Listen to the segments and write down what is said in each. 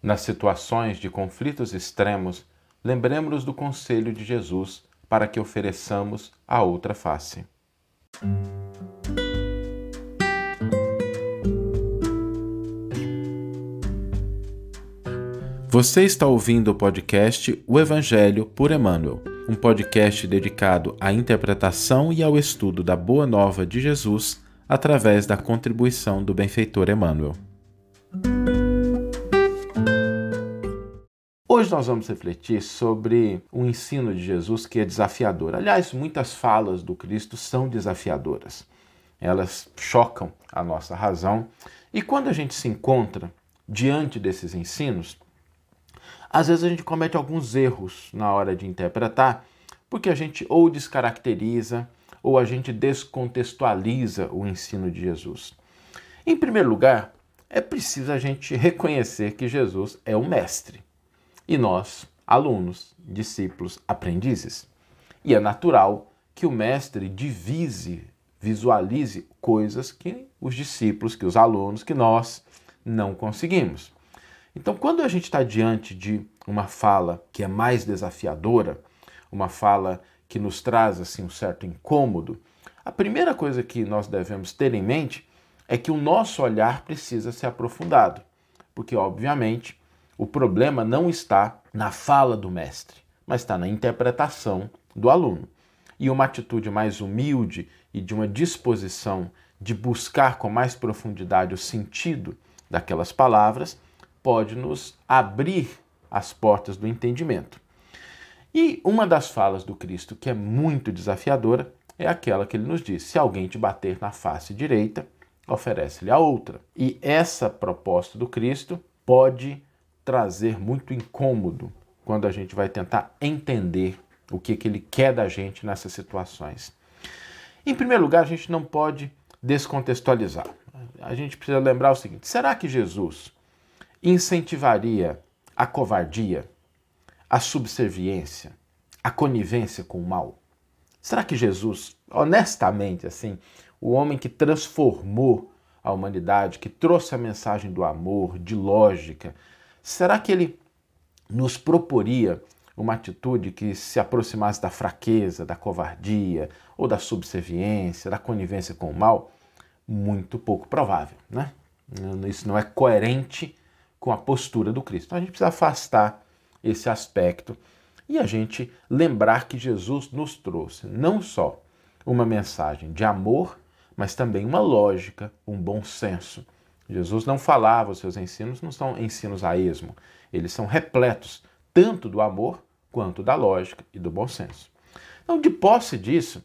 Nas situações de conflitos extremos, lembremos-nos do conselho de Jesus para que ofereçamos a outra face. Você está ouvindo o podcast O Evangelho por Emmanuel, um podcast dedicado à interpretação e ao estudo da Boa Nova de Jesus através da contribuição do benfeitor Emmanuel. Hoje nós vamos refletir sobre um ensino de Jesus que é desafiador. Aliás, muitas falas do Cristo são desafiadoras. Elas chocam a nossa razão. E quando a gente se encontra diante desses ensinos, às vezes a gente comete alguns erros na hora de interpretar, porque a gente ou descaracteriza ou a gente descontextualiza o ensino de Jesus. Em primeiro lugar, é preciso a gente reconhecer que Jesus é o mestre e nós, alunos, discípulos, aprendizes. E é natural que o mestre visualize coisas que os discípulos, que os alunos, que nós não conseguimos. Então, quando a gente está diante de uma fala que é mais desafiadora, uma fala que nos traz assim, um certo incômodo, a primeira coisa que nós devemos ter em mente é que o nosso olhar precisa ser aprofundado, porque, obviamente, o problema não está na fala do mestre, mas está na interpretação do aluno. E uma atitude mais humilde e de uma disposição de buscar com mais profundidade o sentido daquelas palavras pode nos abrir as portas do entendimento. E uma das falas do Cristo que é muito desafiadora é aquela que ele nos diz: se alguém te bater na face direita, oferece-lhe a outra. E essa proposta do Cristo pode trazer muito incômodo quando a gente vai tentar entender o que ele quer da gente nessas situações. Em primeiro lugar, a gente não pode descontextualizar. A gente precisa lembrar o seguinte: será que Jesus incentivaria a covardia, a subserviência, a conivência com o mal? Será que Jesus, honestamente, assim, o homem que transformou a humanidade, que trouxe a mensagem do amor, de lógica, será que ele nos proporia uma atitude que se aproximasse da fraqueza, da covardia, ou da subserviência, da conivência com o mal? Muito pouco provável, né? Isso não é coerente com a postura do Cristo. Então a gente precisa afastar esse aspecto e a gente lembrar que Jesus nos trouxe não só uma mensagem de amor, mas também uma lógica, um bom senso. Jesus não falava, os seus ensinos não são ensinos a esmo, eles são repletos tanto do amor quanto da lógica e do bom senso. Então, de posse disso,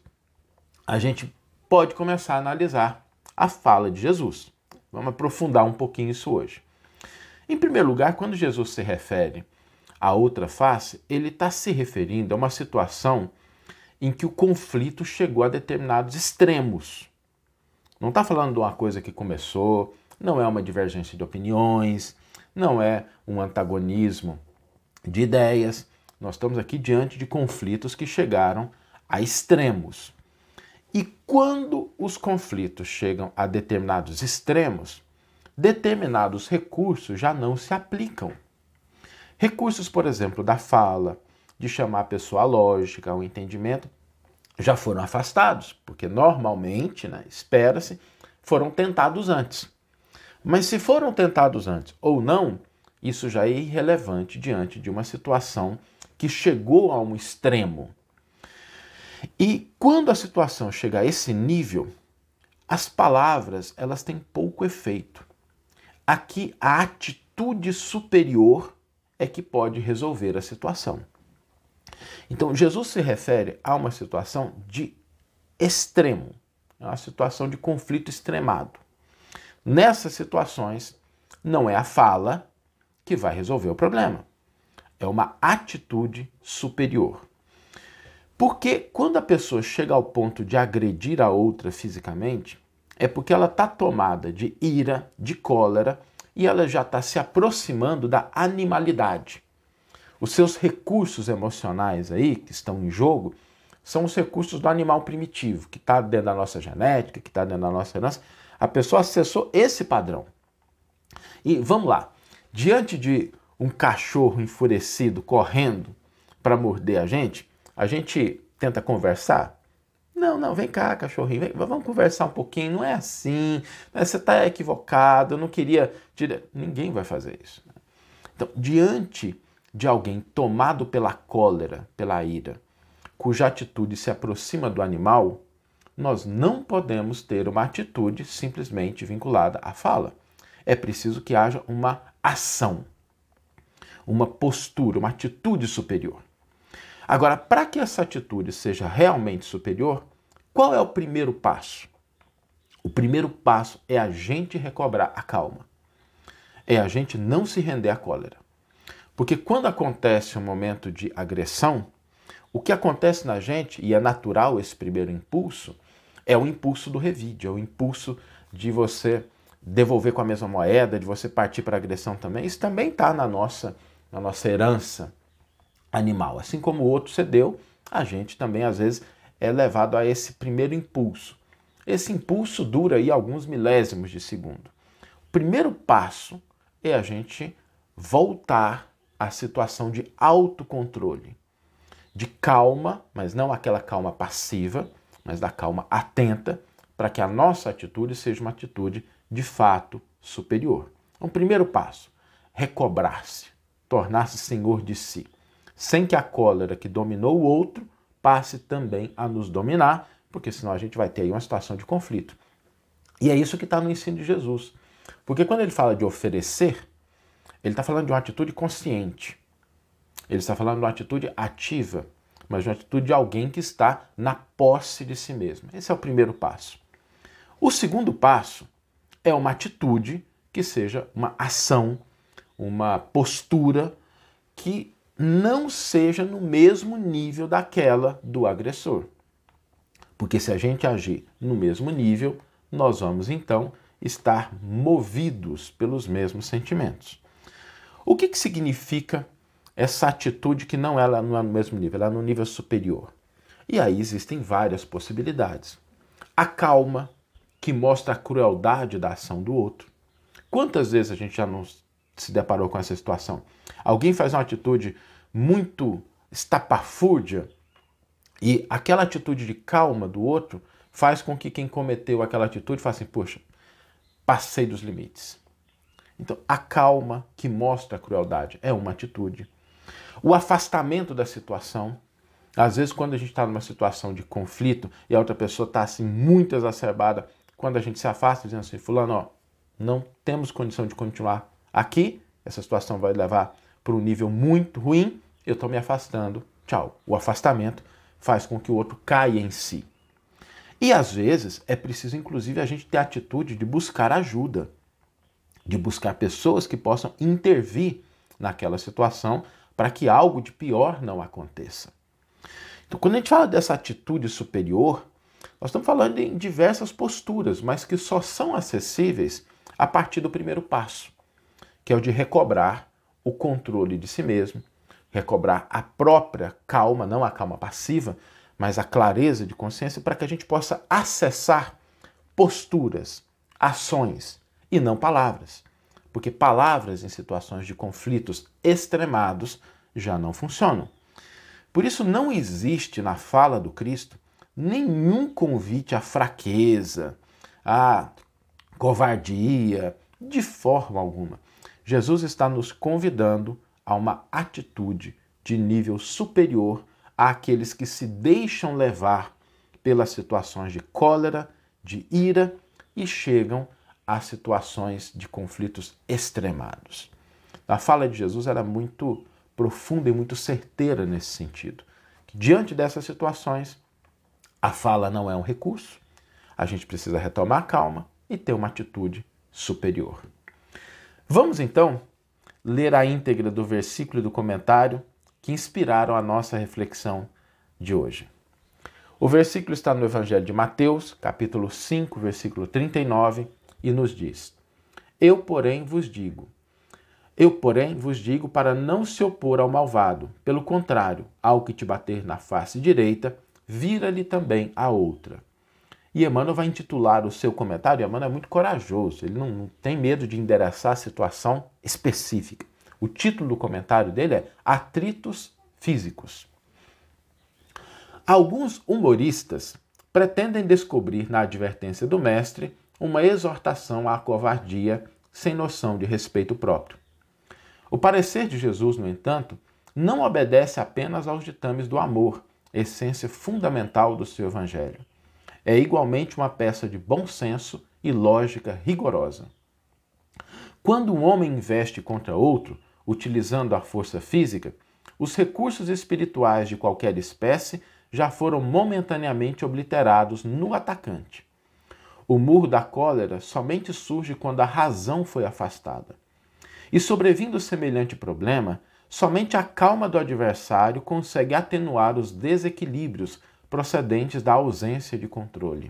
a gente pode começar a analisar a fala de Jesus. Vamos aprofundar um pouquinho isso hoje. Em primeiro lugar, quando Jesus se refere à outra face, ele está se referindo a uma situação em que o conflito chegou a determinados extremos. Não está falando de uma coisa que começou, não é uma divergência de opiniões, não é um antagonismo de ideias. Nós estamos aqui diante de conflitos que chegaram a extremos. E quando os conflitos chegam a determinados extremos, determinados recursos já não se aplicam. Recursos, por exemplo, da fala, de chamar a pessoa à lógica, ao entendimento, já foram afastados, porque normalmente, espera-se, foram tentados antes. Mas se foram tentados antes ou não, isso já é irrelevante diante de uma situação que chegou a um extremo. E quando a situação chega a esse nível, as palavras elas têm pouco efeito. Aqui a atitude superior é que pode resolver a situação. Então Jesus se refere a uma situação de extremo, uma situação de conflito extremado. Nessas situações, não é a fala que vai resolver o problema, é uma atitude superior. Porque quando a pessoa chega ao ponto de agredir a outra fisicamente, é porque ela está tomada de ira, de cólera, e ela já está se aproximando da animalidade. Os seus recursos emocionais aí, que estão em jogo, são os recursos do animal primitivo, que está dentro da nossa genética, que está dentro da nossa herança. A pessoa acessou esse padrão. E vamos lá, diante de um cachorro enfurecido correndo para morder a gente tenta conversar. Não, não, vem cá, cachorrinho, vamos conversar um pouquinho, não é assim, você está equivocado, eu não queria... Ninguém vai fazer isso. Então, diante de alguém tomado pela cólera, pela ira, cuja atitude se aproxima do animal, nós não podemos ter uma atitude simplesmente vinculada à fala. É preciso que haja uma ação, uma postura, uma atitude superior. Agora, para que essa atitude seja realmente superior, qual é o primeiro passo? O primeiro passo é a gente recobrar a calma. É a gente não se render à cólera. Porque quando acontece um momento de agressão, o que acontece na gente, e é natural esse primeiro impulso, é o impulso do revide, é o impulso de você devolver com a mesma moeda, de você partir para a agressão também. Isso também está na nossa herança animal. Assim como o outro cedeu, a gente também às vezes é levado a esse primeiro impulso. Esse impulso dura aí alguns milésimos de segundo. O primeiro passo é a gente voltar à situação de autocontrole, de calma, mas não aquela calma passiva, mas da calma atenta, para que a nossa atitude seja uma atitude de fato superior. Um primeiro passo, recobrar-se, tornar-se senhor de si, sem que a cólera que dominou o outro passe também a nos dominar, porque senão a gente vai ter aí uma situação de conflito. E é isso que está no ensino de Jesus. Porque quando ele fala de oferecer, ele está falando de uma atitude consciente. Ele está falando de uma atitude ativa, mas de uma atitude de alguém que está na posse de si mesmo. Esse é o primeiro passo. O segundo passo é uma atitude que seja uma ação, uma postura que não seja no mesmo nível daquela do agressor. Porque se a gente agir no mesmo nível, nós vamos então estar movidos pelos mesmos sentimentos. O que significa essa atitude que não é no mesmo nível, ela é no nível superior? E aí existem várias possibilidades. A calma, que mostra a crueldade da ação do outro. Quantas vezes a gente já não se deparou com essa situação? Alguém faz uma atitude muito estapafúrdia e aquela atitude de calma do outro faz com que quem cometeu aquela atitude faça assim, poxa, passei dos limites. Então, a calma que mostra a crueldade é uma atitude. O afastamento da situação. Às vezes, quando a gente está numa situação de conflito e a outra pessoa está assim muito exacerbada, quando a gente se afasta dizendo assim, fulano, ó, não temos condição de continuar aqui, essa situação vai levar para um nível muito ruim, eu estou me afastando, tchau. O afastamento faz com que o outro caia em si. E às vezes é preciso, inclusive, a gente ter a atitude de buscar ajuda, de buscar pessoas que possam intervir naquela situação para que algo de pior não aconteça. Então, quando a gente fala dessa atitude superior, nós estamos falando em diversas posturas, mas que só são acessíveis a partir do primeiro passo, que é o de recobrar o controle de si mesmo, recobrar a própria calma, não a calma passiva, mas a clareza de consciência para que a gente possa acessar posturas, ações e não palavras. Porque palavras em situações de conflitos extremados já não funcionam. Por isso não existe na fala do Cristo nenhum convite à fraqueza, à covardia, de forma alguma. Jesus está nos convidando a uma atitude de nível superior àqueles que se deixam levar pelas situações de cólera, de ira e chegam a situações de conflitos extremados. A fala de Jesus era muito profunda e muito certeira nesse sentido. Que diante dessas situações, a fala não é um recurso, a gente precisa retomar a calma e ter uma atitude superior. Vamos então ler a íntegra do versículo e do comentário que inspiraram a nossa reflexão de hoje. O versículo está no Evangelho de Mateus, capítulo 5, versículo 39, e nos diz: Eu, porém, vos digo para não se opor ao malvado. Pelo contrário, ao que te bater na face direita, vira-lhe também a outra. E Emmanuel vai intitular o seu comentário, Emmanuel é muito corajoso, ele não tem medo de endereçar a situação específica. O título do comentário dele é Atritos Físicos. Alguns humoristas pretendem descobrir na advertência do mestre uma exortação à covardia sem noção de respeito próprio. O parecer de Jesus, no entanto, não obedece apenas aos ditames do amor, essência fundamental do seu evangelho. É igualmente uma peça de bom senso e lógica rigorosa. Quando um homem investe contra outro, utilizando a força física, os recursos espirituais de qualquer espécie já foram momentaneamente obliterados no atacante. O murro da cólera somente surge quando a razão foi afastada. E sobrevindo semelhante problema, somente a calma do adversário consegue atenuar os desequilíbrios procedentes da ausência de controle.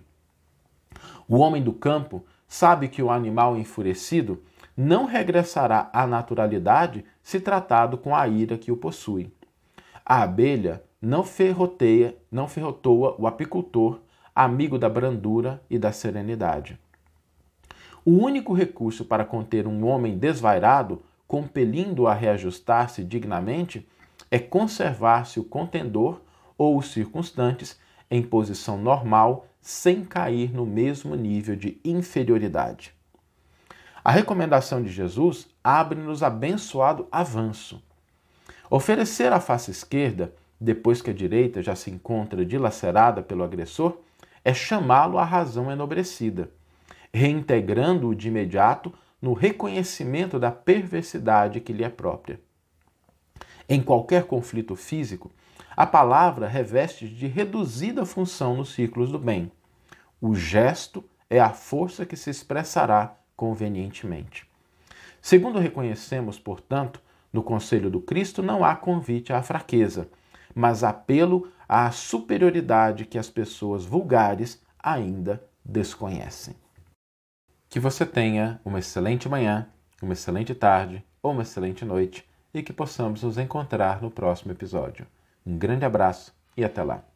O homem do campo sabe que o animal enfurecido não regressará à naturalidade se tratado com a ira que o possui. A abelha não ferrotoa o apicultor, amigo da brandura e da serenidade. O único recurso para conter um homem desvairado, compelindo-o a reajustar-se dignamente, é conservar-se o contendor ou os circunstantes em posição normal, sem cair no mesmo nível de inferioridade. A recomendação de Jesus abre-nos abençoado avanço. Oferecer a face esquerda, depois que a direita já se encontra dilacerada pelo agressor, é chamá-lo à razão enobrecida, reintegrando-o de imediato no reconhecimento da perversidade que lhe é própria. Em qualquer conflito físico, a palavra reveste de reduzida função nos círculos do bem. O gesto é a força que se expressará convenientemente. Segundo reconhecemos, portanto, no conselho do Cristo não há convite à fraqueza, mas apelo à superioridade que as pessoas vulgares ainda desconhecem. Que você tenha uma excelente manhã, uma excelente tarde ou uma excelente noite e que possamos nos encontrar no próximo episódio. Um grande abraço e até lá!